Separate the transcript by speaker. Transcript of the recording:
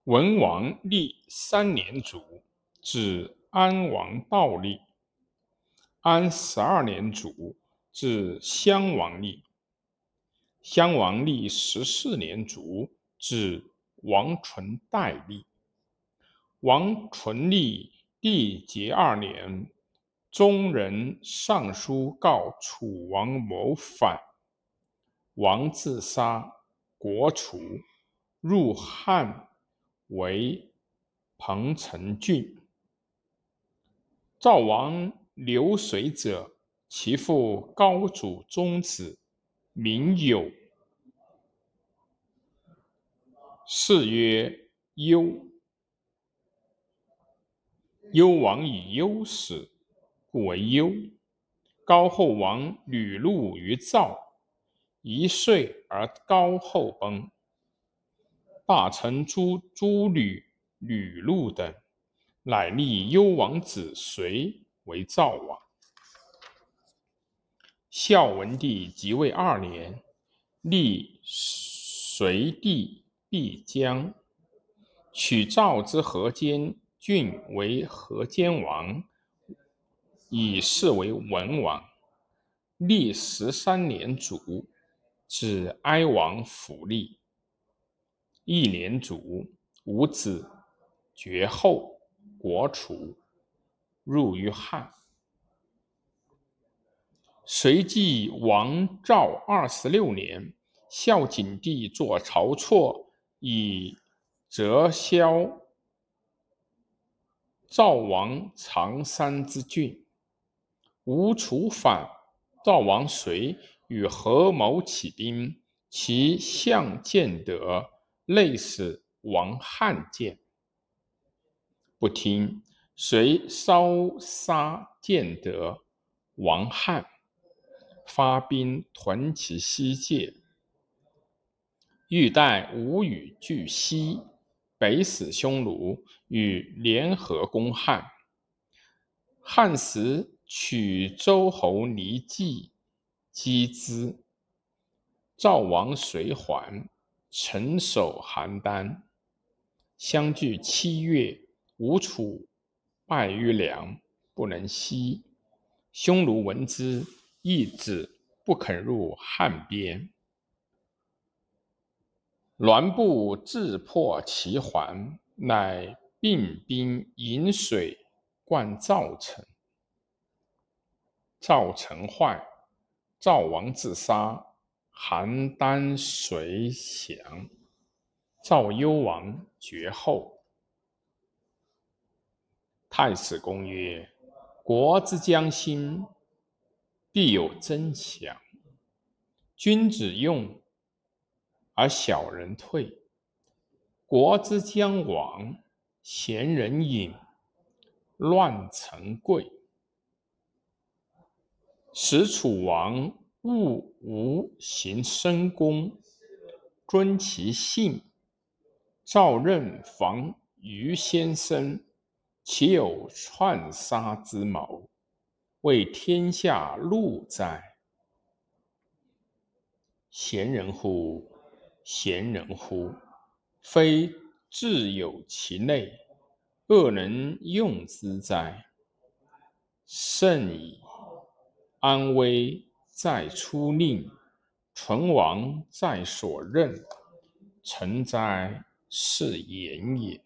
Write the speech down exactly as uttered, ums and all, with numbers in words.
Speaker 1: 文王历三年卒，至安王道历。安十二年卒，至襄王历。襄王历十四年卒，至王纯代历。王纯历帝节二年，中人上书告楚王谋反，王自杀，国除，入汉为彭城郡。赵王刘随者，其父高祖宗子，名友，谥曰幽。幽王以忧死，故为幽。高后王吕禄于赵，一岁而高后崩。大臣诛诸吕、吕禄等，乃立幽王子随为赵王。孝文帝即位二年，立隋帝毕姜，取赵之河间郡为河间王，以是为文王。历十三年卒，至哀王府立。一年卒，无子，绝后，国除，入于汉。隋纪王诏二十六年，孝景帝作晁错，以折销赵王常山之郡。吴楚反，赵王遂与合谋起兵，其相建德，内使王汉建，不听，遂烧杀建德、王汉，发兵屯其西界。欲待吴与拒西，北使匈奴与联合攻汉。汉时取周侯郦季击之，赵王遂还，城守邯郸。相距七月，吴楚败于梁，不能西。匈奴闻之，易止，不肯入汉边。栾布自破其环，乃并兵引水灌赵城。赵城坏，赵王自杀，邯郸遂降。赵幽王绝后。太史公曰：国之将兴，必有争强。君子用而小人退，国之将亡，贤人隐，乱臣贵。使楚王务吴行深宫，尊其姓。赵任防于先生，其有篡杀之谋，为天下戮哉！贤人乎，贤人乎，非自有其类，恶能用之哉！甚矣！安危在出令，存亡在所任，成哉是言也。